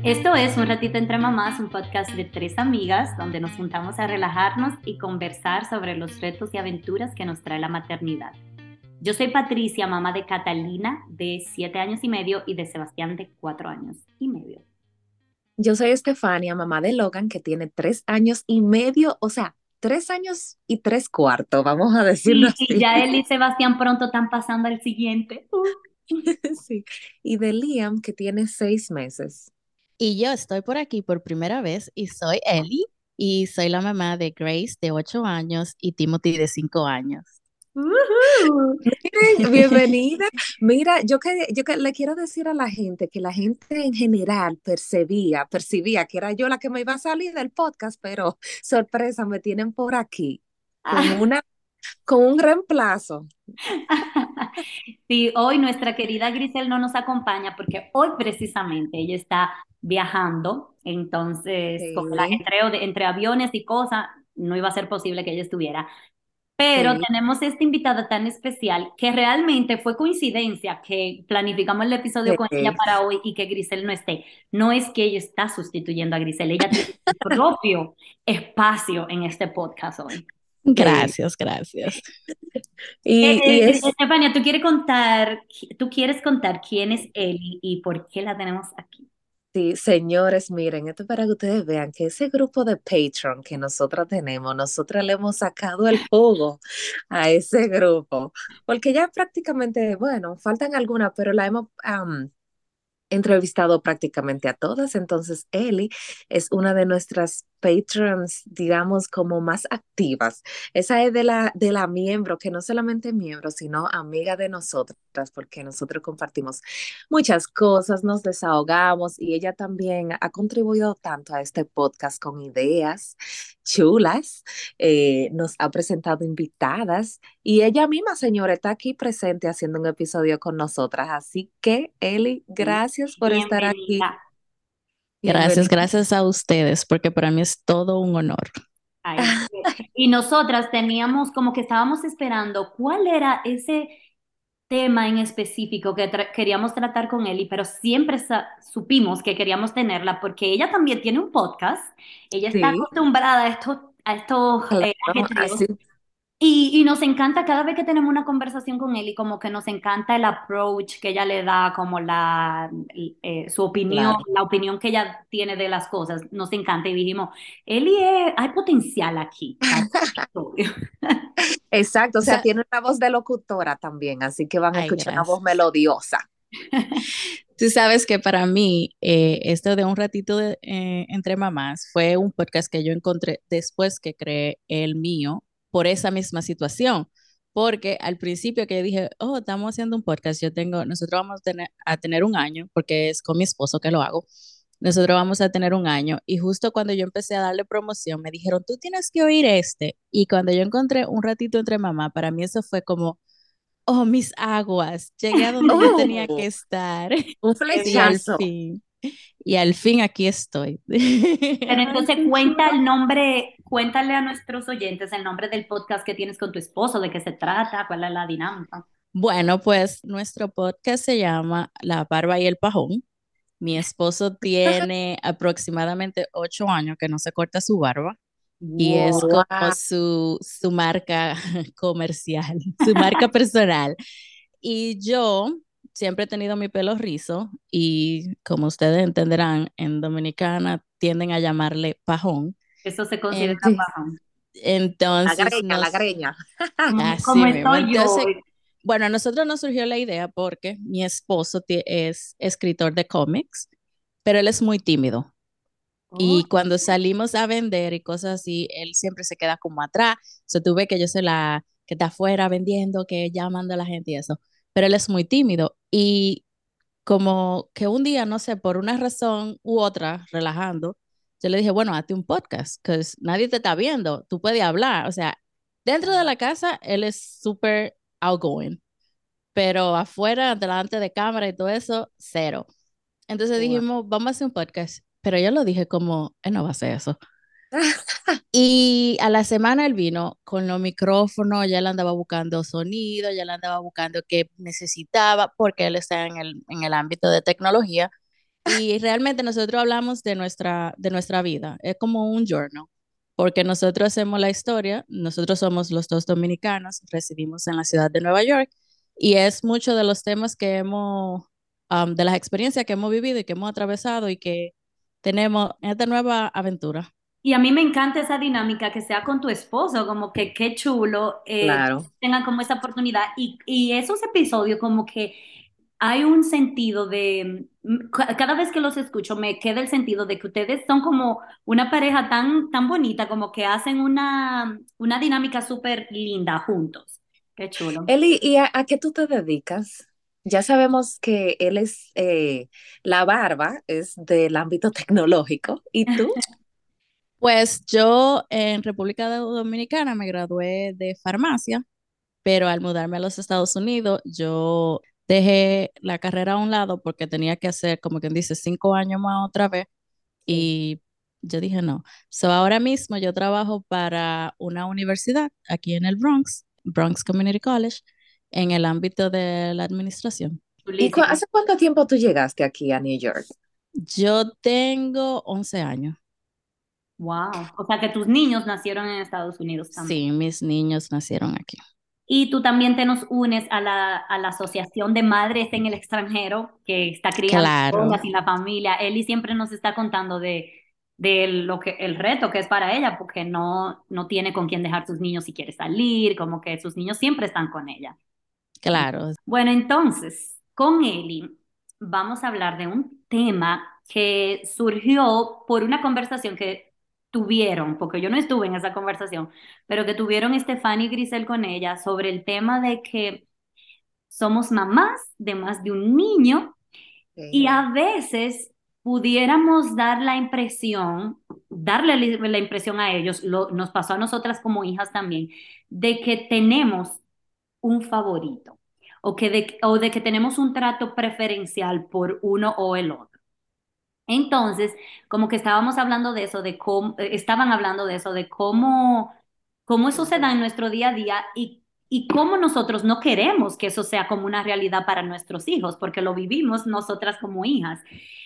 Esto es Un Ratito Entre Mamás, un podcast de tres amigas donde nos juntamos a relajarnos y conversar sobre los retos y aventuras que nos trae la maternidad. Yo soy Patricia, mamá de Catalina, de 7 años y medio, y de Sebastián, de 4 años y medio. Yo soy Estefania, mamá de Logan, que tiene 3 años y medio, o sea, 3 años y 3 cuartos, vamos a decirlo Y así. ya él y Sebastián pronto están pasando al siguiente. Sí. Y de Liam, que tiene 6 meses. Y yo estoy por aquí por primera vez y soy Ellie y soy la mamá de Grace de 8 años y Timothy de 5 años. Ujú. Miren, bienvenida. Mira, yo que le quiero decir a la gente que la gente en general percibía que era yo la que me iba a salir del podcast, pero sorpresa, me tienen por aquí con un reemplazo. Sí, hoy nuestra querida Grisel no nos acompaña porque hoy precisamente ella está viajando, entonces con el Sí, ajetreo entre aviones y cosas, no iba a ser posible que ella estuviera. Pero sí, tenemos esta invitada tan especial que realmente fue coincidencia que planificamos el episodio con ella sí. para hoy y que Grisel no esté. No es que ella está sustituyendo a Grisel, ella tiene su propio espacio en este podcast hoy. Sí. Gracias, gracias. Y es, Estefania, tú quieres contar quién es Eli y por qué la tenemos aquí? sí, señores, miren, esto es para que ustedes vean que ese grupo de Patreon que nosotros tenemos, nosotros le hemos sacado el jugo a ese grupo, porque ya prácticamente, bueno, faltan algunas, pero la hemos entrevistado prácticamente a todas. Entonces, Eli es una de nuestras patrons, digamos, como más activas. Esa es de la miembro, que no solamente miembro, sino amiga de nosotras, porque nosotros compartimos muchas cosas, nos desahogamos y ella también ha contribuido tanto a este podcast con ideas chulas, nos ha presentado invitadas y ella misma, señora, está aquí presente haciendo un episodio con nosotras. Así que, Eli, gracias por estar aquí. Bienvenida. Gracias, Bienvenida. gracias a ustedes porque para mí es todo un honor. Ay, y nosotras teníamos como que estábamos esperando cuál era ese tema en específico que queríamos tratar con Eli, pero siempre supimos que queríamos tenerla porque ella también tiene un podcast, ella está Sí, acostumbrada a estos claro, ajetreos. así. Y nos encanta cada vez que tenemos una conversación con él y como que nos encanta el approach que ella le da, como su opinión, Claro. la opinión que ella tiene de las cosas, nos encanta y dijimos, Eli, hay potencial aquí para este episodio. Exacto, o O sea, sea, tiene una voz de locutora también, así que van a ay, escuchar una voz gracias. melodiosa. Tú sabes que para mí esto de un ratito entre mamás fue un podcast que yo encontré después que creé el mío por esa misma situación. Porque al principio que yo dije, oh, estamos haciendo un podcast, nosotros vamos a tener un año, porque es con mi esposo que lo hago, nosotros vamos a tener un año. Y justo cuando yo empecé a darle promoción, me dijeron, tú tienes que oír este. Y cuando yo encontré un ratito entre mamá, para mí eso fue como oh, mis aguas, llegué a donde yo tenía Uh, que estar. un Sí, al flechazo. fin. Y al fin aquí estoy. Pero Ay, entonces qué chulo. cuéntale a nuestros oyentes el nombre del podcast que tienes con tu esposo, de qué se trata, cuál es la dinámica. Bueno, pues nuestro podcast se llama La Barba y el Pajón. Mi esposo tiene aproximadamente 8 años que no se corta su barba y es Wow. como Wow. su marca comercial, su marca personal. Y yo siempre he tenido mi pelo rizo y como ustedes entenderán, en Dominicana tienden a llamarle pajón. Eso se considera En- Sí, pajón. la entonces greña, la nos, greña. Como así mismo. estoy yo. Entonces, bueno, a nosotros nos surgió la idea porque mi esposo es escritor de cómics, pero él es muy tímido. Oh, Y cuando salimos a vender y cosas así, él siempre se queda como atrás. O sea, tú ves que yo soy la que está afuera vendiendo, que llamando a la gente y eso. Pero él es muy tímido. Y como que un día, no sé, por una razón u otra, relajando, yo le dije, bueno, hazte un podcast, que nadie te está viendo, tú puedes hablar. O sea, dentro de la casa, él es súper outgoing, pero afuera, delante de cámara y todo eso, cero. Entonces Wow. dijimos, vamos a hacer un podcast. Pero yo lo dije como, él no va a hacer eso. Y a la semana él vino con los micrófonos, ya le andaba buscando sonido, ya le andaba buscando qué necesitaba, porque él está en el ámbito de tecnología. Y realmente nosotros hablamos de nuestra vida, es como un journal, porque nosotros hacemos la historia, nosotros somos los dos dominicanos, residimos en la ciudad de Nueva York, y es mucho de los temas que de las experiencias que hemos vivido y que hemos atravesado y que tenemos en esta nueva aventura. Y a mí me encanta esa dinámica que sea con tu esposo, como que qué chulo Claro. tengan como esa oportunidad. Y esos episodios como que hay un sentido de, cada vez que los escucho me queda el sentido de que ustedes son como una pareja tan, tan bonita, como que hacen una dinámica súper linda juntos. Qué chulo. Eli, ¿y a qué tú te dedicas? Ya sabemos que él es, la barba es del ámbito tecnológico. ¿Y tú? Pues yo en República Dominicana me gradué de farmacia, pero al mudarme a los Estados Unidos, yo dejé la carrera a un lado porque tenía que hacer, como quien dice, 5 años más otra vez Sí. y yo dije no. So ahora mismo yo trabajo para una universidad aquí en el Bronx, Bronx Community College, en el ámbito de la administración. ¿Y Chulísimo. hace cuánto tiempo tú llegaste aquí a New York? Yo tengo 11 años. Wow. O sea que tus niños nacieron en Estados Unidos también. Sí, mis niños nacieron aquí. Y tú también te nos unes a la Asociación de Madres en el Extranjero, que está criando Claro, solas y la familia. Eli siempre nos está contando de lo que, el reto que es para ella, porque no tiene con quién dejar sus niños si quiere salir, como que sus niños siempre están con ella. claro. Bueno, entonces, con Eli vamos a hablar de un tema que surgió por una conversación que tuvieron, porque yo no estuve en esa conversación, pero que tuvieron Estefania y Grisel con ella sobre el tema de que somos mamás de más de un niño y Sí. a veces pudiéramos dar la impresión, darle la impresión a ellos, nos pasó a nosotras como hijas también, de que tenemos un favorito o de que tenemos un trato preferencial por uno o el otro. Entonces, como que estábamos hablando de eso, de cómo, estaban hablando de eso, de cómo eso se da en nuestro día a día y cómo nosotros no queremos que eso sea como una realidad para nuestros hijos, porque lo vivimos nosotras como hijas.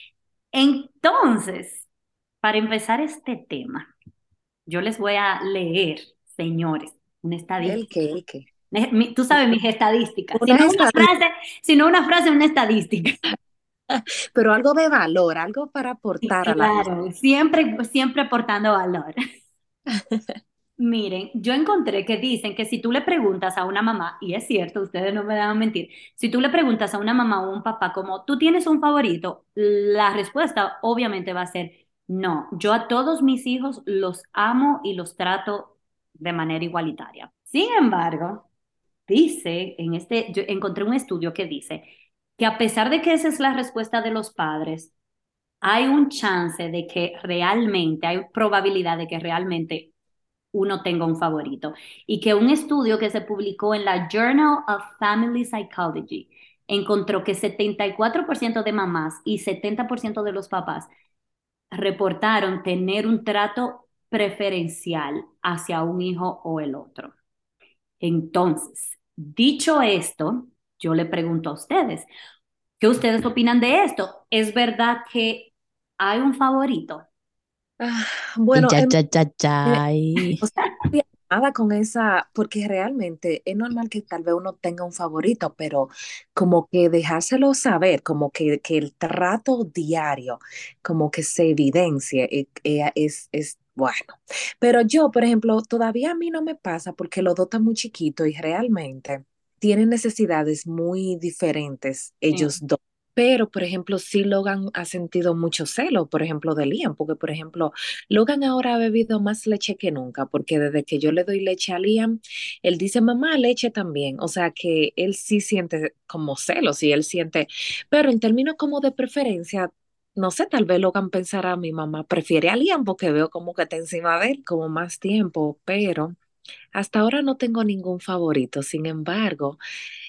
Entonces, para empezar este tema, yo les voy a leer, señores, una ¿El estadística. qué? ¿El qué? Tú sabes mis estadísticas. Si Una no una estadística, frase, si no una frase, una estadística. pero algo de valor, algo para Y aportar a la sociedad. claro, siempre, siempre aportando valor. Miren, yo encontré que dicen que si tú le preguntas a una mamá, y es cierto, ustedes no me van a mentir, si tú le preguntas a una mamá o un papá como, ¿tú tienes un favorito? La respuesta obviamente va a ser, no, yo a todos mis hijos los amo y los trato de manera igualitaria. Sin embargo, dice, yo encontré un estudio que dice que a pesar de que esa es la respuesta de los padres, hay un chance de que realmente, hay probabilidad de que realmente uno tenga un favorito. Y que un estudio que se publicó en la Journal of Family Psychology encontró que 74% de mamás y 70% de los papás reportaron tener un trato preferencial hacia un hijo o el otro. Entonces, dicho esto, yo le pregunto a ustedes, ¿qué ustedes opinan de esto? ¿Es verdad que hay un favorito? Ah, Ay, bueno, ya, ya, ya, eh, ya. Ay. o sea, no estoy nada con esa, porque realmente es normal que tal vez uno tenga un favorito, pero como que dejárselo saber, como que el trato diario, como que se evidencie, es bueno. Pero yo, por ejemplo, todavía a mí no me pasa porque los dos están muy chiquitos y realmente tienen necesidades muy diferentes Sí. ellos dos. Pero, por ejemplo, sí Logan ha sentido mucho celo, por ejemplo, de Liam, porque, por ejemplo, Logan ahora ha bebido más leche que nunca, porque desde que yo le doy leche a Liam, él dice, mamá, leche también. O sea que él sí siente como celos y él siente, pero en términos como de preferencia, no sé, tal vez Logan pensará, mi mamá prefiere a Liam porque veo como que está encima de él como más tiempo, pero hasta ahora no tengo ningún favorito. Sin embargo,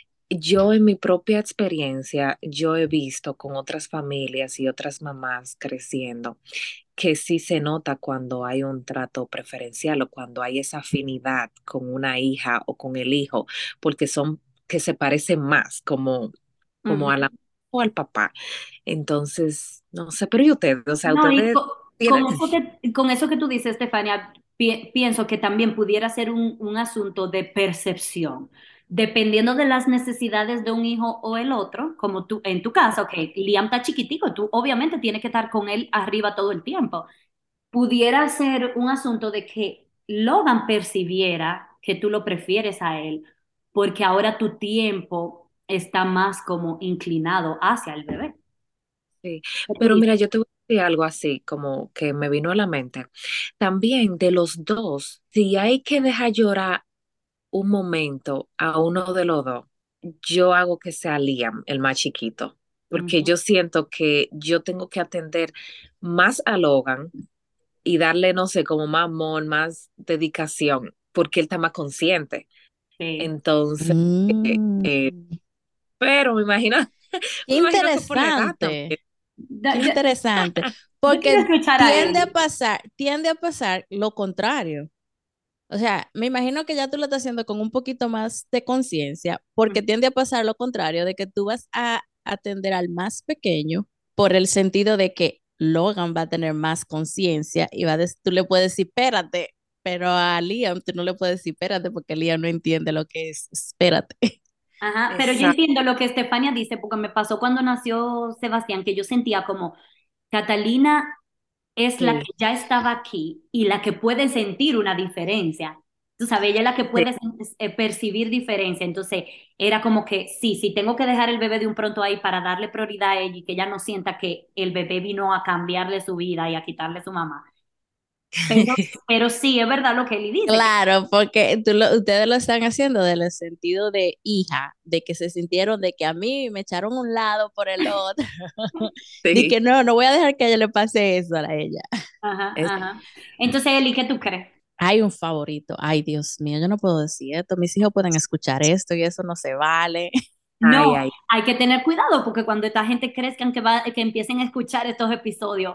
yo en mi propia experiencia, yo he visto con otras familias y otras mamás creciendo que sí se nota cuando hay un trato preferencial o cuando hay esa afinidad con una hija o con el hijo, porque son que se parecen más como, como a Ujú. la... o al papá. Entonces, no sé, pero ¿y ustedes? O sea, No, y ustedes tienen... con eso que tú dices, Estefania, pienso que también pudiera ser un asunto de percepción. Dependiendo de las necesidades de un hijo o el otro, como tú, en tu caso, que Liam está chiquitico, tú obviamente tienes que estar con él arriba todo el tiempo. Pudiera ser un asunto de que Logan percibiera que tú lo prefieres a él, porque ahora tu tiempo está más como inclinado hacia el bebé. Sí, ¿Qué tú pero dices? mira, yo te voy a decir algo así, como que me vino a la mente. También de los dos, si hay que dejar llorar un momento a uno de los dos, yo hago que sea Liam, el más chiquito, porque Ujú. yo siento que yo tengo que atender más a Logan y darle, no sé, como más amor, más dedicación, porque él está más consciente. Sí. Entonces, Mm. pero Qué me imagino que por la edad interesante. también. Qué interesante, Yo quiero porque escuchar a él. tiende a pasar lo contrario. O sea, me imagino que ya tú lo estás haciendo con un poquito más de conciencia, porque tiende a pasar lo contrario, de que tú vas a atender al más pequeño por el sentido de que Logan va a tener más conciencia y tú le puedes decir, espérate, pero a Liam tú no le puedes decir, espérate, porque Liam no entiende lo que es, espérate. Ajá, pero yo Exacto, entiendo lo que Estefania dice, porque me pasó cuando nació Sebastián, que yo sentía como Catalina es la que sí, ya estaba aquí y la que puede sentir una diferencia. Tú sabes, ella es la que sí. puede percibir diferencia. Entonces, era como que sí, sí, tengo que dejar el bebé de un pronto ahí para darle prioridad a ella y que ella no sienta que el bebé vino a cambiarle su vida y a quitarle su mamá. Pero, pero sí, es verdad lo que Eli dice, que Claro, porque ustedes lo están haciendo del sentido de hija, de que se sintieron de que a mí me echaron un lado por el otro, de Sí, que no, no voy a dejar que a ella le pase eso a ella. ajá, es, ajá. Entonces, Eli, ¿qué tú crees? Hay un favorito, ay Dios mío, yo no puedo decir esto, mis hijos pueden escuchar esto y eso no se vale. No, ay, ay, hay que tener cuidado porque cuando esta gente crezcan que empiecen a escuchar estos episodios,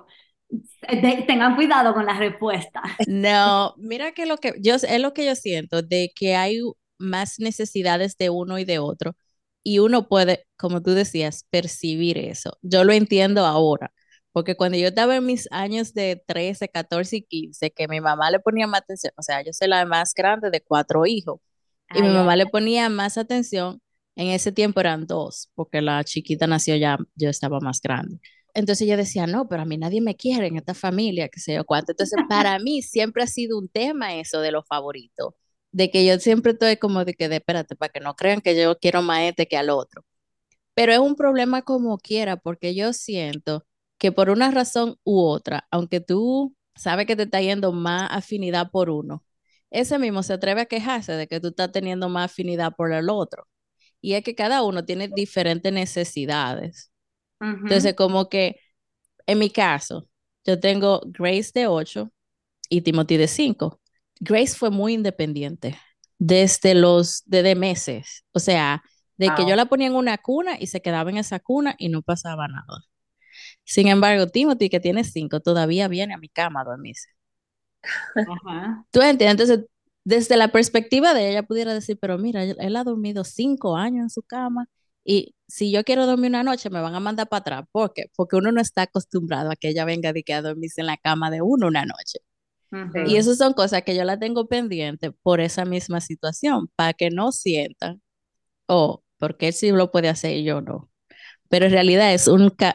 tengan cuidado con las respuestas. No, mira que es lo que yo siento, de que hay más necesidades de uno y de otro, y uno puede, como tú decías, percibir eso. Yo lo entiendo ahora, porque cuando yo estaba en mis años de 13, 14 y 15, que mi mamá le ponía más atención, o sea, yo soy la más grande de cuatro hijos, y mi Ay, ay, mamá le ponía más atención, en ese tiempo eran dos, porque la chiquita nació ya, yo estaba más grande. Entonces yo decía, no, pero a mí nadie me quiere en esta familia, qué sé yo cuánto. Entonces, para mí siempre ha sido un tema eso de los favoritos, de que yo siempre estoy como de que, espérate, para que no crean que yo quiero más a este que al otro. Pero es un problema como quiera, porque yo siento que por una razón u otra, aunque tú sabes que te está yendo más afinidad por uno, ese mismo se atreve a quejarse de que tú estás teniendo más afinidad por el otro. Y es que cada uno tiene diferentes necesidades. ujú. Entonces, como que en mi caso, yo tengo Grace de 8 y Timothy de 5. Grace fue muy independiente desde meses. O sea, de que yo wow. la ponía en una cuna y se quedaba en esa cuna y no pasaba nada. Sin embargo, Timothy, que tiene 5, todavía viene a mi cama a dormirse. Ajá. ¿Tú entiendes? Entonces, desde la perspectiva de ella, pudiera decir, pero mira, él ha dormido 5 años en su cama y si yo quiero dormir una noche, me van a mandar para atrás. ¿Por qué? Porque uno no está acostumbrado a que ella venga de que a dormirse en la cama de uno una noche. Y Ujú. Sí, esas son cosas que yo la tengo pendiente por esa misma situación, para que no sientan, oh, porque él sí lo puede hacer y yo no. Pero en realidad es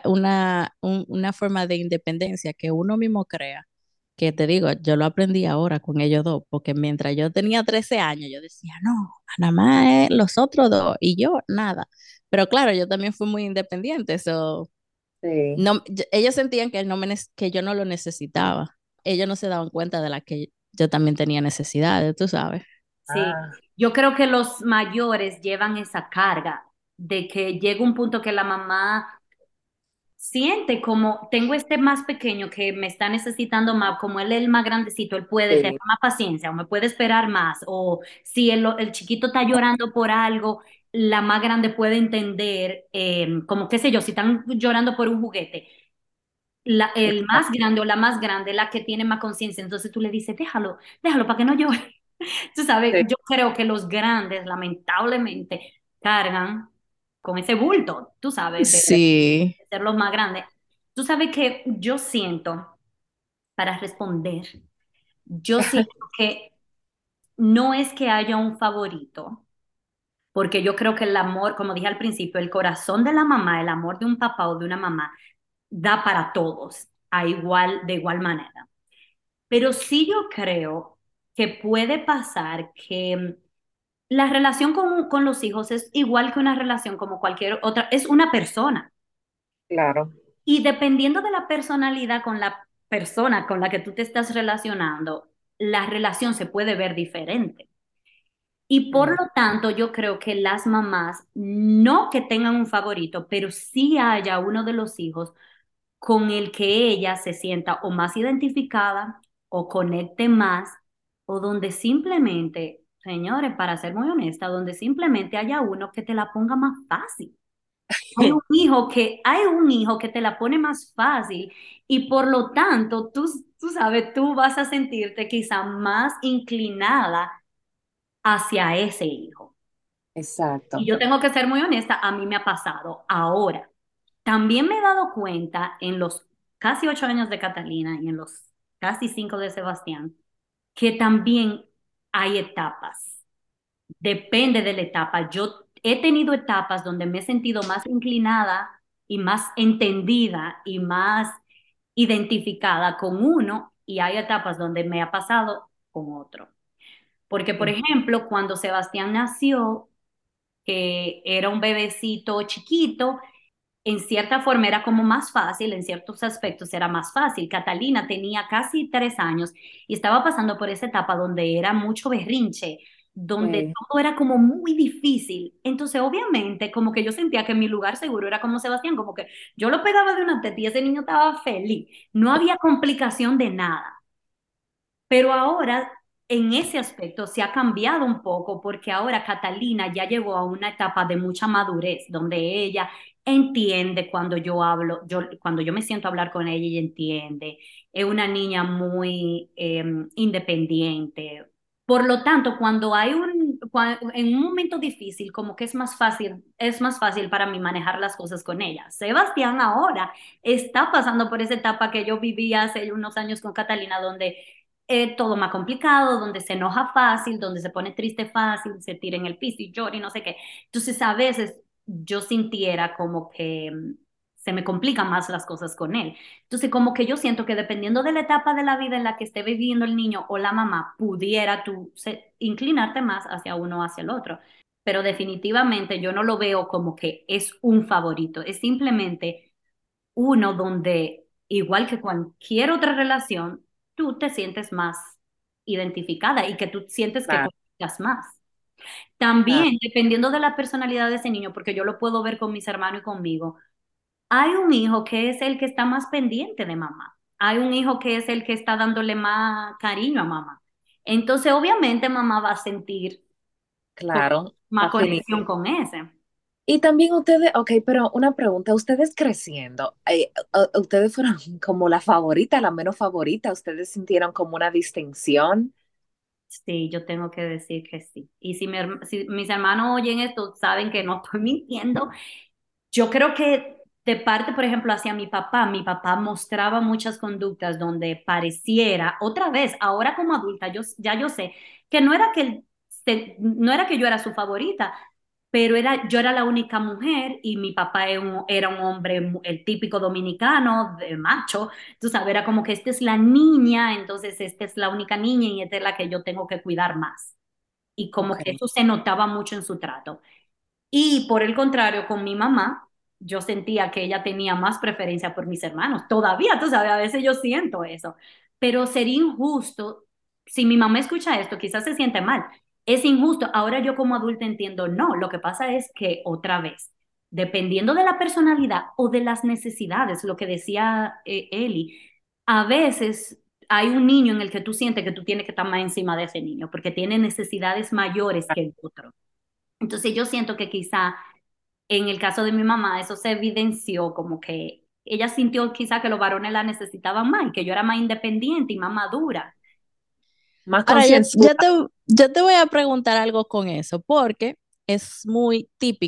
una forma de independencia que uno mismo crea, que te digo, yo lo aprendí ahora con ellos dos, porque mientras yo tenía 13 años, yo decía, no, nada más es los otros dos y yo nada. Pero claro, yo también fui muy independiente, eso sí. no, ellos sentían que, que yo no lo necesitaba. Ellos no se daban cuenta de la que yo también tenía necesidades, tú sabes. Sí, Ah, yo creo que los mayores llevan esa carga de que llega un punto que la mamá siente como tengo este más pequeño que me está necesitando más, como él es el más grandecito, él puede tener sí, más paciencia o me puede esperar más, o si el chiquito está llorando por algo, la más grande puede entender, como qué sé yo, si están llorando por un juguete, el más exacto. grande o la más grande, la que tiene más conciencia, entonces tú le dices, déjalo, déjalo para que no llore. Tú sabes, Sí, yo creo que los grandes lamentablemente cargan. con ese bulto, tú sabes, de Sí. ser los más grandes. Tú sabes que yo siento, para responder, yo siento que no es que haya un favorito, porque yo creo que el amor, como dije al principio, el corazón de la mamá, el amor de un papá o de una mamá, da para todos, de igual manera. Pero sí yo creo que puede pasar que la relación con los hijos es igual que una relación como cualquier otra, es una persona. Claro. Y dependiendo de la personalidad con la persona con la que tú te estás relacionando, la relación se puede ver diferente. Y por Mm, lo tanto, yo creo que las mamás, no que tengan un favorito, pero sí haya uno de los hijos con el que ella se sienta o más identificada o conecte más, o donde simplemente, señores, para ser muy honesta, donde simplemente haya uno que te la ponga más fácil. Hay un hijo que te la pone más fácil y por lo tanto tú sabes, tú vas a sentirte quizá más inclinada hacia ese hijo. Y Exacto. yo tengo que ser muy honesta, a mí me ha pasado. Ahora, también me he dado cuenta en los casi 8 años de Catalina y en los casi 5 de Sebastián, que también hay etapas. Depende de la etapa. Yo he tenido etapas donde me he sentido más inclinada y más entendida y más identificada con uno y hay etapas donde me ha pasado con otro. Porque, por Mm, ejemplo, cuando Sebastián nació, que era un bebecito chiquito, en cierta forma era como más fácil, en ciertos aspectos era más fácil. Catalina tenía casi 3 años y estaba pasando por esa etapa donde era mucho berrinche, donde sí. todo era como muy difícil. Entonces, obviamente, como que yo sentía que mi lugar seguro era como Sebastián, como que yo lo pegaba de una teta y ese niño estaba feliz. No había complicación de nada. Pero ahora, en ese aspecto, se ha cambiado un poco porque ahora Catalina ya llegó a una etapa de mucha madurez, donde ella entiende cuando yo hablo, cuando yo me siento a hablar con ella, ella entiende. Es una niña muy independiente. Por lo tanto, en un momento difícil, como que es más fácil para mí manejar las cosas con ella. Sebastián ahora está pasando por esa etapa que yo vivía hace unos años con Catalina, donde todo más complicado, donde se enoja fácil, donde se pone triste fácil, se tira en el piso y llora y no sé qué. Entonces, a veces yo sintiera como que se me complican más las cosas con él. Entonces, como que yo siento que dependiendo de la etapa de la vida en la que esté viviendo el niño o la mamá, pudiera inclinarte más hacia uno o hacia el otro. Pero definitivamente yo no lo veo como que es un favorito, es simplemente uno donde, igual que cualquier otra relación, tú te sientes más identificada y que tú sientes que Claro, conectas más. claro. También, dependiendo de la personalidad de ese niño, porque yo lo puedo ver con mis hermanos y conmigo, hay un hijo que es el que está más pendiente de mamá. Hay un hijo que es el que está dándole más cariño a mamá. Entonces, obviamente, mamá va a sentir Claro, más afinidad. conexión con ese. Y también ustedes, ok, pero una pregunta, ustedes creciendo, ustedes fueron como la favorita, la menos favorita, ustedes sintieron como una distinción. Sí, yo tengo que decir que sí. Y si mis hermanos oyen esto, saben que no estoy mintiendo. Yo creo que de parte, por ejemplo, hacia mi papá mostraba muchas conductas donde pareciera, otra vez, ahora como adulta, yo sé que no era que yo era su favorita, pero yo era la única mujer y mi papá era un hombre, el típico dominicano, de macho, tú sabes, era como que esta es la niña, entonces esta es la única niña y esta es la que yo tengo que cuidar más. Y como Ok, que eso se notaba mucho en su trato. Y por el contrario, con mi mamá, yo sentía que ella tenía más preferencia por mis hermanos. Todavía, tú sabes, a veces yo siento eso. Pero sería injusto, si mi mamá escucha esto, quizás se siente mal. Es injusto. Ahora yo como adulta entiendo, no, lo que pasa es que otra vez, dependiendo de la personalidad o de las necesidades, lo que decía Eli, a veces hay un niño en el que tú sientes que tú tienes que estar más encima de ese niño porque tiene necesidades mayores que el otro. Entonces yo siento que quizá en el caso de mi mamá eso se evidenció como que ella sintió quizá que los varones la necesitaban más y que yo era más independiente y más madura. más Ahora, concienzuda. yo te voy a preguntar algo con eso, porque es muy típico.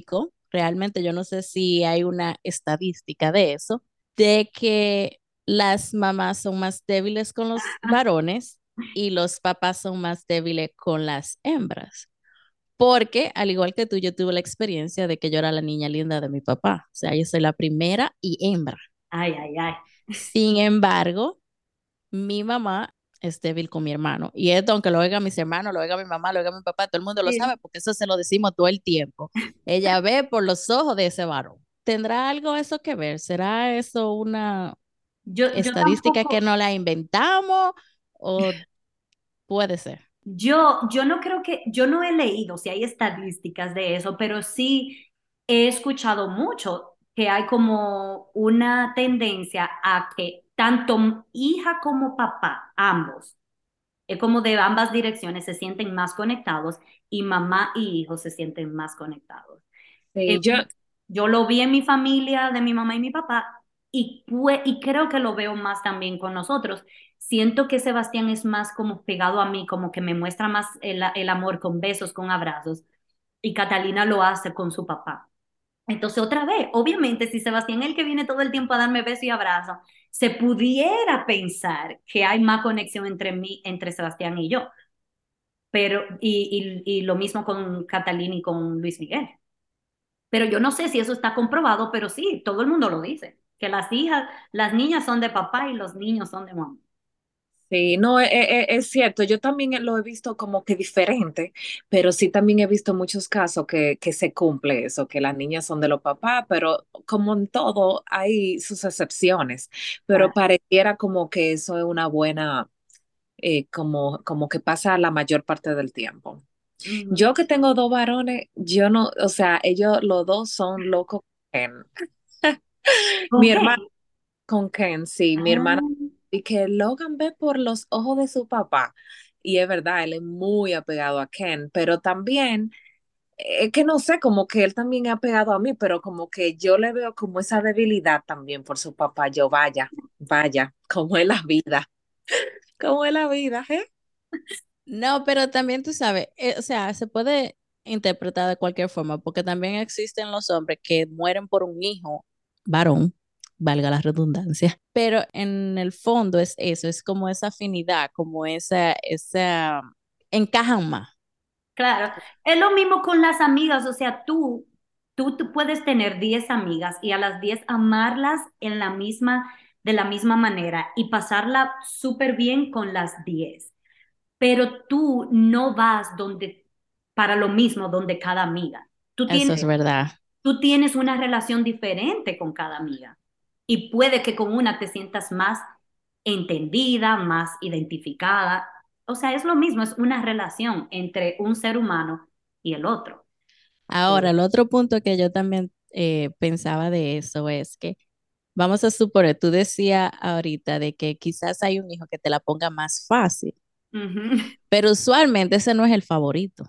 realmente yo no sé si hay una estadística de eso, de que las mamás son más débiles con los varones y los papás son más débiles con las hembras. Porque, al igual que tú, yo tuve la experiencia de que yo era la niña linda de mi papá. O sea, yo soy la primera y hembra. Ay, ay, ay. Sin embargo, mi mamá es débil con mi hermano. Y esto, aunque lo oiga mis hermanos, lo oiga mi mamá, lo oiga mi papá, todo el mundo lo sabe Sí. porque eso se lo decimos todo el tiempo. Ella ve por los ojos de ese varón. ¿Tendrá algo eso que ver? ¿Será eso una Yo estadística que tampoco, no la inventamos o puede ser? yo no creo que, yo no he leído si hay estadísticas de eso, pero sí he escuchado mucho que hay como una tendencia a que tanto hija como papá, ambos, es como de ambas direcciones, se sienten más conectados y mamá y hijo se sienten más conectados. Eh, Sí, yo, yo lo vi en mi familia de mi mamá y mi papá y creo que lo veo más también con nosotros. Siento que Sebastián es más como pegado a mí, como que me muestra más el amor con besos, con abrazos, y Catalina lo hace con su papá. Entonces, otra vez, obviamente, si Sebastián es el que viene todo el tiempo a darme besos y abrazos, se pudiera pensar que hay más conexión entre mí, entre Sebastián y yo, pero, y lo mismo con Catalina y con Luis Miguel. Pero yo no sé si eso está comprobado, pero sí, todo el mundo lo dice, que las hijas, las niñas son de papá y los niños son de mamá. sí, no, es cierto, yo también lo he visto como que diferente, pero sí también he visto muchos casos que se cumple eso, que las niñas son de los papás, pero como en todo hay sus excepciones, pero Claro. pareciera como que eso es una buena, como que pasa la mayor parte del tiempo. Ujú. Yo que tengo dos varones, yo no, o sea, ellos los dos son locos con Ken. ¿Con Mi qué? hermano con Ken, sí, mi hermana, Ah, y que Logan ve por los ojos de su papá. Y es verdad, él es muy apegado a Ken, pero también, es que no sé, como que él también es apegado a mí, pero como que yo le veo como esa debilidad también por su papá. Yo, vaya, vaya, como es la vida, como es la vida, ¿eh? No, pero también tú sabes, o sea, se puede interpretar de cualquier forma, porque también existen los hombres que mueren por un hijo varón, valga la redundancia, pero en el fondo es eso, es como esa afinidad, como esa, encajan más. claro, es lo mismo con las amigas, o sea, tú puedes tener 10 amigas y a las 10 amarlas en la misma, de la misma manera y pasarla súper bien con las 10, pero tú no vas donde, para lo mismo donde cada amiga. Tú Eso tienes es verdad. tú tienes una relación diferente con cada amiga y puede que con una te sientas más entendida, más identificada. O sea, es lo mismo, es una relación entre un ser humano y el otro. Ahora, Sí. el otro punto que yo también pensaba de eso es que, vamos a suponer, tú decías ahorita de que quizás hay un hijo que te la ponga más fácil, Ujú. pero usualmente ese no es el favorito.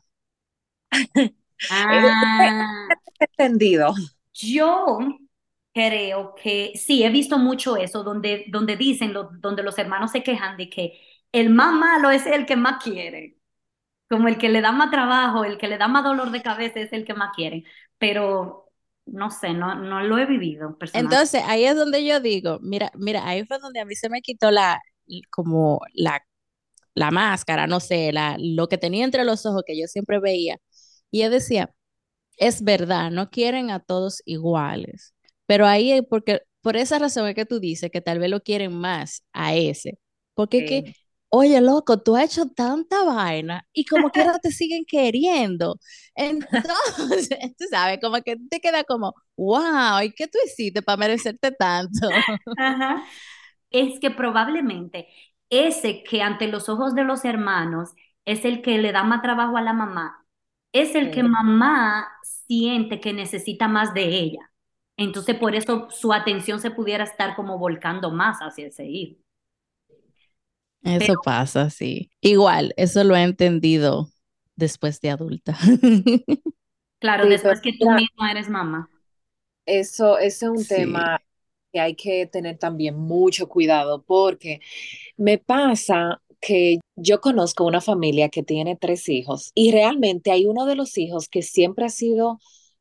Es Ah, entendido. yo creo que sí, he visto mucho eso, donde dicen, donde los hermanos se quejan de que el más malo es el que más quiere. Como el que le da más trabajo, el que le da más dolor de cabeza es el que más quieren. Pero no sé, no lo he vivido personal. Entonces, ahí es donde yo digo, mira, mira, ahí fue donde a mí se me quitó como la máscara, no sé, lo que tenía entre los ojos que yo siempre veía. Y yo decía, es verdad, no quieren a todos iguales, pero ahí, porque por esa razón es que tú dices que tal vez lo quieren más a ese, porque es que, Sí. oye, loco, tú has hecho tanta vaina y como quiera te siguen queriendo. Entonces, tú sabes, como que te queda como, wow, ¿y qué tú hiciste para merecerte tanto? Ajá. Es que probablemente ese que ante los ojos de los hermanos es el que le da más trabajo a la mamá, es el que Sí. mamá siente que necesita más de ella. Entonces, por eso su atención se pudiera estar como volcando más hacia ese hijo. Eso Pero pasa, sí. Igual, eso lo he entendido después de adulta. claro, Sí, pero después que tú mira, misma eres mamá. eso es un Sí. tema que hay que tener también mucho cuidado porque me pasa que yo conozco una familia que tiene tres hijos y realmente hay uno de los hijos que siempre ha sido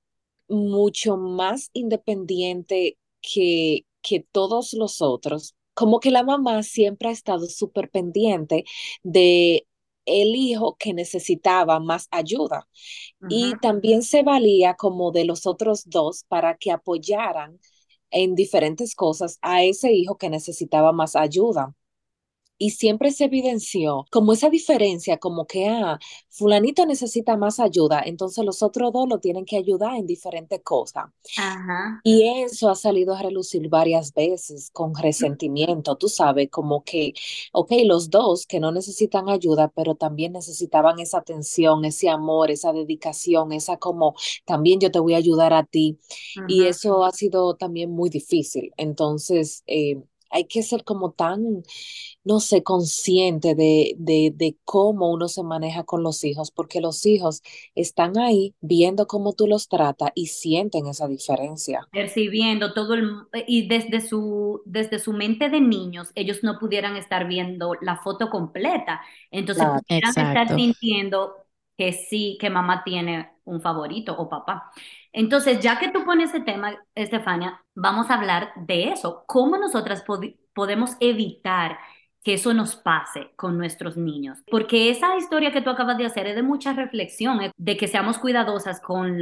mucho más independiente que todos los otros. Como que la mamá siempre ha estado súper pendiente de el hijo que necesitaba más ayuda y Ujú. también se valía como de los otros dos para que apoyaran en diferentes cosas a ese hijo que necesitaba más ayuda. Y siempre se evidenció como esa diferencia, como que, fulanito necesita más ayuda, entonces los otros dos lo tienen que ayudar en diferentes cosas. Ajá. Y eso ha salido a relucir varias veces con resentimiento, tú sabes, como que, ok, los dos que no necesitan ayuda, pero también necesitaban esa atención, ese amor, esa dedicación, esa como, también yo te voy a ayudar a ti. Y Ujú. eso ha sido también muy difícil. Entonces, hay que ser como tan, no sé, consciente de cómo uno se maneja con los hijos, porque los hijos están ahí viendo cómo tú los tratas y sienten esa diferencia. Percibiendo todo y desde su mente de niños, ellos no pudieran estar viendo la foto completa. Entonces Claro. pudieran estar Exacto. sintiendo que sí, que mamá tiene un favorito o papá. Entonces, ya que tú pones ese tema, Estefania, vamos a hablar de eso. ¿Cómo nosotras podemos evitar que eso nos pase con nuestros niños? Porque esa historia que tú acabas de hacer es de mucha reflexión, de que seamos cuidadosas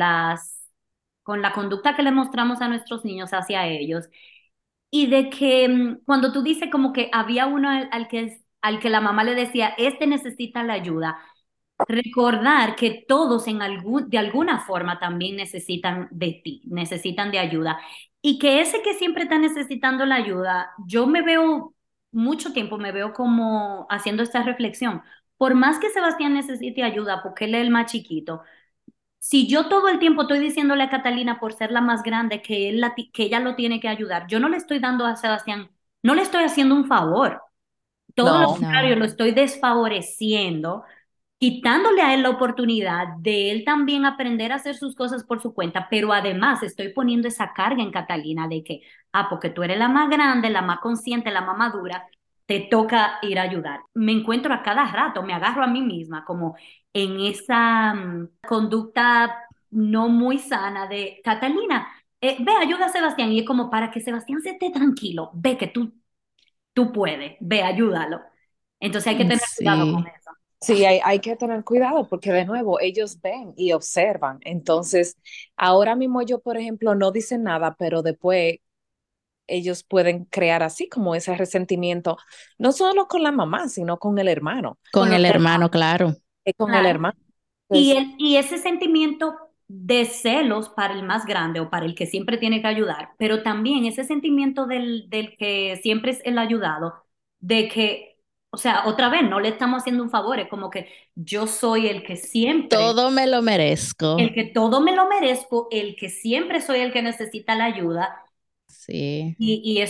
con la conducta que le mostramos a nuestros niños hacia ellos y de que cuando tú dices como que había uno al que la mamá le decía, este necesita la ayuda, recordar que todos de alguna forma también necesitan de ti, necesitan de ayuda y que ese que siempre está necesitando la ayuda, yo me veo mucho tiempo, me veo como haciendo esta reflexión. Por más que Sebastián necesite ayuda, porque él es el más chiquito, si yo todo el tiempo estoy diciéndole a Catalina por ser la más grande que, que ella lo tiene que ayudar, yo no le estoy dando a Sebastián, no le estoy haciendo un favor. Todo lo No, contrario, No, lo estoy desfavoreciendo, quitándole a él la oportunidad de él también aprender a hacer sus cosas por su cuenta, pero además estoy poniendo esa carga en Catalina de que, porque tú eres la más grande, la más consciente, la más madura, te toca ir a ayudar. Me encuentro a cada rato, me agarro a mí misma como en esa conducta no muy sana de Catalina. Ve, ayuda a Sebastián y es como para que Sebastián se esté tranquilo, ve que tú puedes, ve, ayúdalo. Entonces hay que tener cuidado con sí, eso. sí, hay que tener cuidado porque de nuevo ellos ven y observan. Entonces, ahora mismo yo, por ejemplo, no dicen nada, pero después ellos pueden crear así como ese resentimiento, no solo con la mamá, sino con el hermano, Con con los el hermano, hermanos, claro. con el claro. hermano. Y, Entonces, y ese sentimiento de celos para el más grande o para el que siempre tiene que ayudar, pero también ese sentimiento del que siempre es el ayudado, de que, o sea, otra vez, no le estamos haciendo un favor, es como que yo soy el que siempre, Todo me lo el merezco. que todo me lo merezco, el que siempre soy el que necesita la ayuda, Sí, y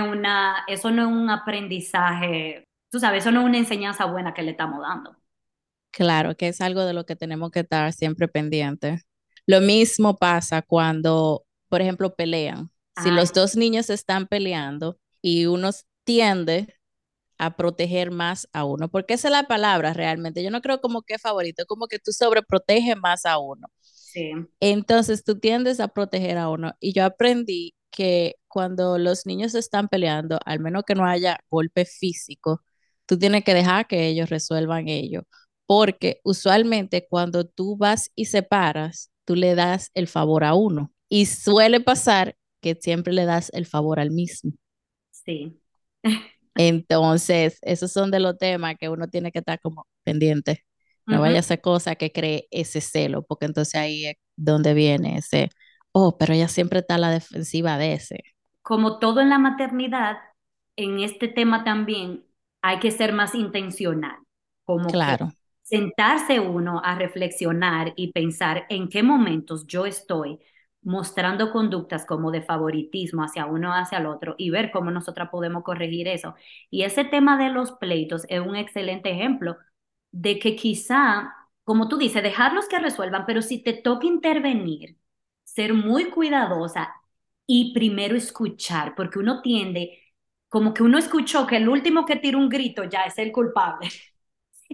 eso no es un aprendizaje, tú sabes, eso no es una enseñanza buena que le estamos dando. claro que es algo de lo que tenemos que estar siempre pendientes. Lo mismo pasa cuando, por ejemplo, pelean. Si Ay, los dos niños están peleando y uno tiende a proteger más a uno, porque esa es la palabra realmente. Yo no creo como que es favorito, como que tú sobreproteges más a uno. sí. Entonces tú tiendes a proteger a uno. Y yo aprendí que cuando los niños están peleando, al menos que no haya golpe físico, tú tienes que dejar que ellos resuelvan ello. Porque usualmente cuando tú vas y separas, tú le das el favor a uno. Y suele pasar que siempre le das el favor al mismo. Sí. Entonces, esos son de los temas que uno tiene que estar como pendiente. No Ujú. vaya a ser cosa que cree ese celo, porque entonces ahí es donde viene ese, oh, pero ella siempre está a la defensiva de ese. Como todo en la maternidad, en este tema también hay que ser más intencional, como que Claro, sentarse uno a reflexionar y pensar en qué momentos yo estoy mostrando conductas como de favoritismo hacia uno hacia el otro y ver cómo nosotras podemos corregir eso. Y ese tema de los pleitos es un excelente ejemplo de que quizá, como tú dices, dejarlos que resuelvan, pero si te toca intervenir, ser muy cuidadosa y primero escuchar, porque uno tiende, como que uno escuchó que el último que tira un grito ya es el culpable.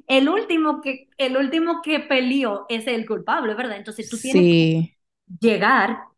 El último que peleó es el culpable, ¿verdad? Entonces tú tienes que sí, llegar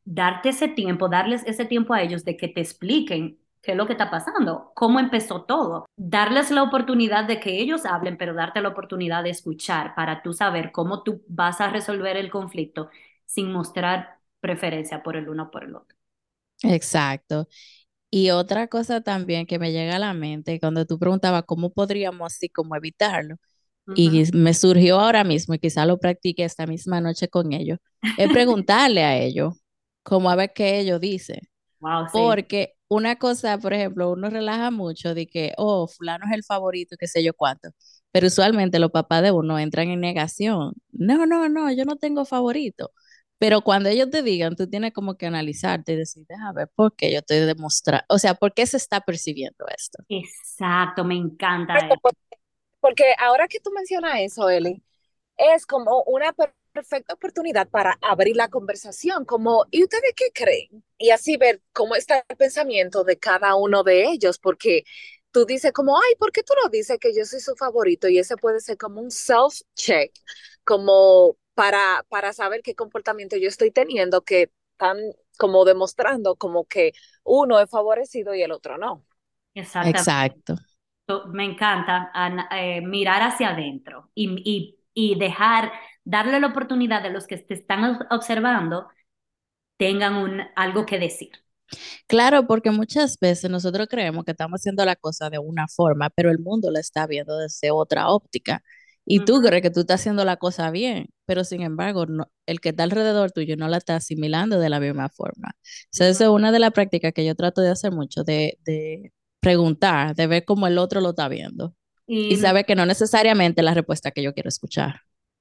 darte ese tiempo, darles ese tiempo a ellos de que te expliquen qué es lo que está pasando, cómo empezó todo, darles la oportunidad de que ellos hablen, pero darte la oportunidad de escuchar para tú saber cómo tú vas a resolver el conflicto sin mostrar preferencia por el uno o por el otro. Exacto. Y otra cosa también que me llega a la mente cuando tú preguntabas cómo podríamos así como evitarlo, Ujú. y me surgió ahora mismo, y quizá lo practique esta misma noche con ellos, es preguntarle a ellos, como a ver qué ellos dicen. Wow, sí. Porque una cosa, por ejemplo, uno relaja mucho de que, oh, fulano es el favorito, qué sé yo cuánto. Pero usualmente los papás de uno entran en negación. No, no, no, yo no tengo favorito. Pero cuando ellos te digan, tú tienes como que analizarte y decir, déjame ver por qué yo estoy demostrando, o sea, por qué se está percibiendo esto. Exacto, me encanta eso. Porque ahora que tú mencionas eso, Eli, es como una perfecta oportunidad para abrir la conversación, como, ¿y ustedes qué creen? Y así ver cómo está el pensamiento de cada uno de ellos, porque tú dices como, ay, ¿por qué tú no dices que yo soy su favorito? Y ese puede ser como un self-check, como para saber qué comportamiento yo estoy teniendo, que están como demostrando como que uno es favorecido y el otro no. Exactamente. Exacto. Me encanta mirar hacia adentro y dejar, darle la oportunidad de los que te están observando tengan algo que decir. Claro, porque muchas veces nosotros creemos que estamos haciendo la cosa de una forma, pero el mundo la está viendo desde otra óptica. Y tú Ujú, crees que tú estás haciendo la cosa bien, pero sin embargo, el que está alrededor tuyo no la está asimilando de la misma forma. O sea, ujú. esa es una de las prácticas que yo trato de hacer mucho, de preguntar, de ver cómo el otro lo está viendo Y y saber que no necesariamente es la respuesta que yo quiero escuchar.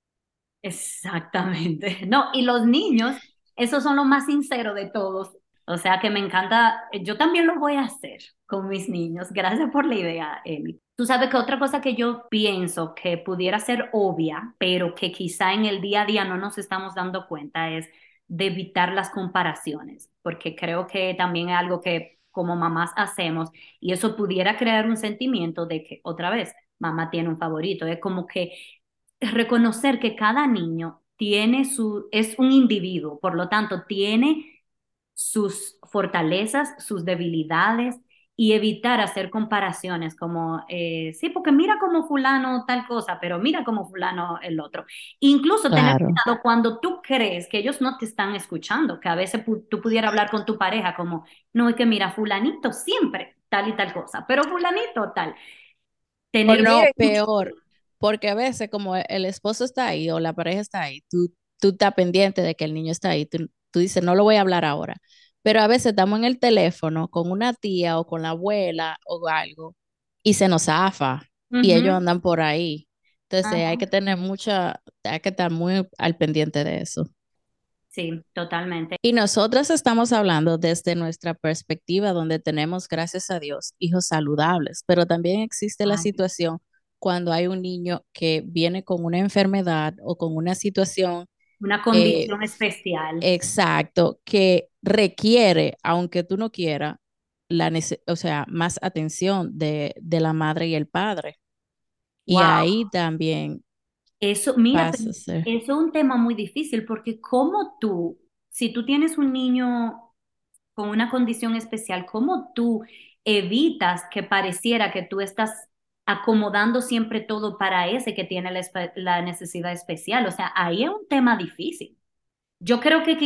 exactamente. No, y los niños, esos son los más sinceros de todos. O sea que me encanta, yo también lo voy a hacer con mis niños. Gracias por la idea, Emi. Tú sabes que otra cosa que yo pienso que pudiera ser obvia, pero que quizá en el día a día no nos estamos dando cuenta es de evitar las comparaciones, porque creo que también es algo que como mamás hacemos y eso pudiera crear un sentimiento de que otra vez mamá tiene un favorito. Es como que reconocer que cada niño es un individuo, por lo tanto, tiene sus fortalezas, sus debilidades y evitar hacer comparaciones como, sí, porque mira como fulano tal cosa, pero mira como fulano el otro. Incluso tener Claro. cuidado cuando tú crees que ellos no te están escuchando, que a veces tú pudieras hablar con tu pareja como, no, es que mira, fulanito siempre tal y tal cosa, pero fulanito tal. O Tener no, Miren, mucho. peor, porque a veces como el esposo está ahí o la pareja está ahí, tú estás pendiente de que el niño está ahí, tú dices, no lo voy a hablar ahora, pero a veces estamos en el teléfono con una tía o con la abuela o algo y se nos zafa y ellos Ujú. andan por ahí. Entonces hay Ajá. que tener hay que estar muy al pendiente de eso. Sí, totalmente. Y nosotras estamos hablando desde nuestra perspectiva, donde tenemos, gracias a Dios, hijos saludables, pero también existe la Ay, situación cuando hay un niño que viene con una enfermedad o con una situación una eh, condición especial. exacto que requiere, aunque tú no quieras, o sea, más atención de la madre y el padre. Y Wow. ahí también Eso, mira, pero pasa a ser, eso es un tema muy difícil porque como tú, si tú tienes un niño con una condición especial, ¿cómo tú evitas que pareciera que tú estás acomodando siempre todo para ese que tiene la necesidad especial? O sea, ahí es un tema difícil. Yo creo que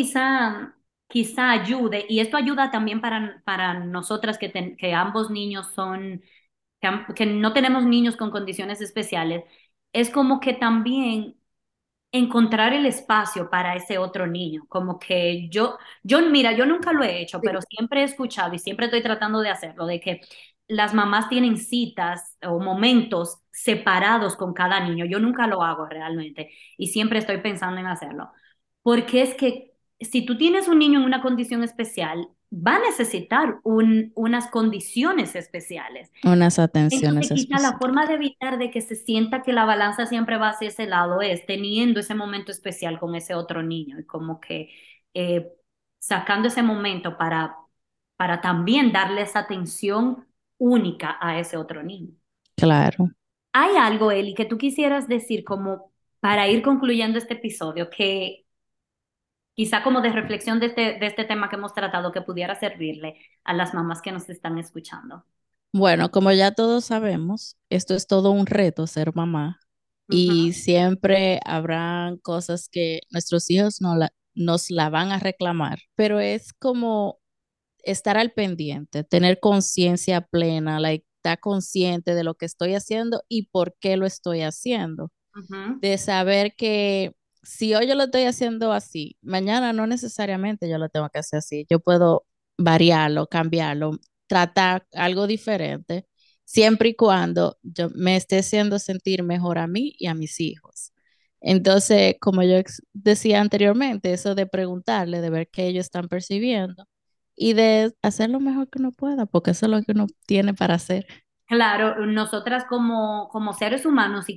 quizá ayude, y esto ayuda también para nosotras que ambos niños son, que no tenemos niños con condiciones especiales, es como que también encontrar el espacio para ese otro niño, como que mira, yo nunca lo he hecho, sí, pero siempre he escuchado y siempre estoy tratando de hacerlo, de que las mamás tienen citas o momentos separados con cada niño. Yo nunca lo hago realmente y siempre estoy pensando en hacerlo, porque es que si tú tienes un niño en una condición especial, va a necesitar unas condiciones especiales. unas Entonces, atenciones quizá la forma específicas. de evitar de que se sienta que la balanza siempre va hacia ese lado es teniendo ese momento especial con ese otro niño y como que eh, sacando ese momento para también darle esa atención única a ese otro niño. Claro. ¿Hay algo, Eli, que tú quisieras decir como para ir concluyendo este episodio quizá como de reflexión de este tema que hemos tratado, que pudiera servirle a las mamás que nos están escuchando. Bueno, como ya todos sabemos, esto es todo un reto ser mamá Ujú, y siempre habrán cosas que nuestros hijos nos la van a reclamar, pero es como estar al pendiente, tener conciencia plena, estar consciente de lo que estoy haciendo y por qué lo estoy haciendo, ujú. de saber que si hoy yo lo estoy haciendo así, mañana no necesariamente yo lo tengo que hacer así, yo puedo variarlo, cambiarlo, tratar algo diferente, siempre y cuando yo me esté haciendo sentir mejor a mí y a mis hijos. Entonces, como yo decía anteriormente, eso de preguntarle, de ver qué ellos están percibiendo y de hacer lo mejor que uno pueda, porque eso es lo que uno tiene para hacer. Claro, nosotras como seres humanos y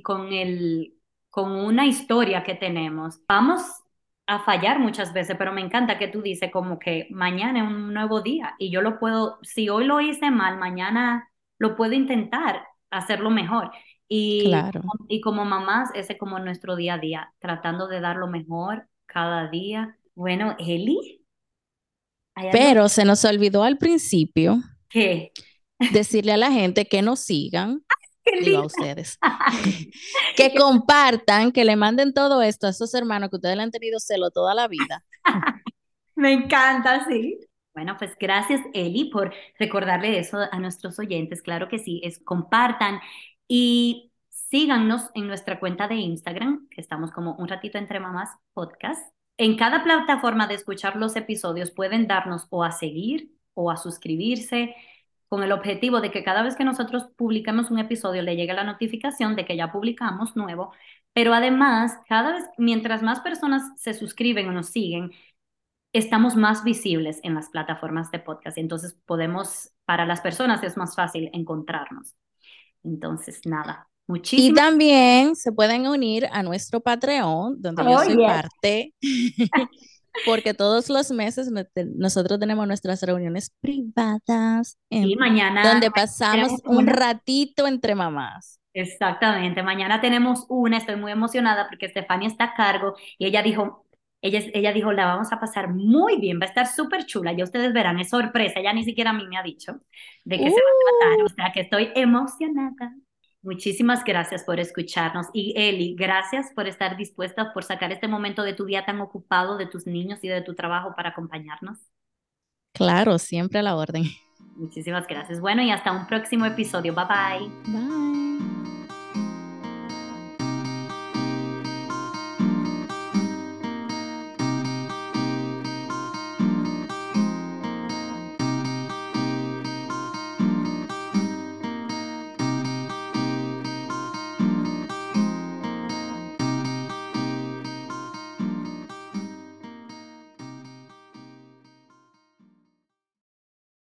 con una historia que tenemos, vamos a fallar muchas veces, pero me encanta que tú dices como que mañana es un nuevo día y yo lo puedo, si hoy lo hice mal, mañana lo puedo intentar hacerlo mejor. Claro. Y como mamás, ese es como nuestro día a día, tratando de dar lo mejor cada día. Bueno, Eli, ¿hay algo Pero se nos olvidó al principio que? decirle a la gente que nos sigan, ¡Qué digo a linda! ustedes, que compartan, que le manden todo esto a esos hermanos que ustedes le han tenido celo toda la vida. Me encanta, sí. Bueno, pues gracias, Eli, por recordarle eso a nuestros oyentes. Claro que sí, compartan y síganos en nuestra cuenta de Instagram, que estamos como Un Ratito Entre Mamás Podcast. En cada plataforma de escuchar los episodios pueden darnos o a seguir o a suscribirse con el objetivo de que cada vez que nosotros publiquemos un episodio le llegue la notificación de que ya publicamos nuevo. Pero además, cada vez, mientras más personas se suscriben o nos siguen, estamos más visibles en las plataformas de podcast. Entonces para las personas es más fácil encontrarnos. Entonces, nada, Y muchísimas. también se pueden unir a nuestro Patreon, donde yo Oh, soy yes. parte, porque todos los meses nosotros tenemos nuestras reuniones privadas Sí, donde mañana tenemos pasamos un una. ratito entre mamás. Exactamente, mañana tenemos una, estoy muy emocionada porque Estefania está a cargo y ella dijo, la vamos a pasar muy bien, va a estar súper chula, ya ustedes verán, es sorpresa, ella ni siquiera a mí me ha dicho de qué se va a tratar, o Uh, sea que estoy emocionada. Muchísimas gracias por escucharnos y Eli, gracias por estar dispuesta, por sacar este momento de tu día tan ocupado, de tus niños y de tu trabajo para acompañarnos. claro, siempre a la orden. Muchísimas gracias. Bueno, y hasta un próximo episodio. Bye bye. Bye.